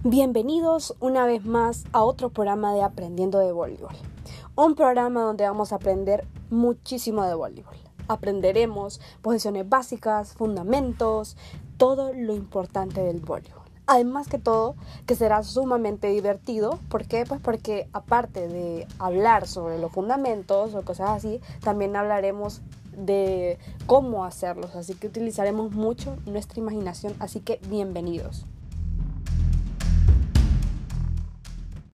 Bienvenidos una vez más a otro programa de Aprendiendo de Voleibol. Un programa donde vamos a aprender muchísimo de voleibol. Aprenderemos posiciones básicas, fundamentos, todo lo importante del voleibol. Además que todo, que será sumamente divertido. ¿Por qué? Pues porque aparte de hablar sobre los fundamentos o cosas así, también hablaremos de cómo hacerlos. Así que utilizaremos mucho nuestra imaginación. Así que bienvenidos.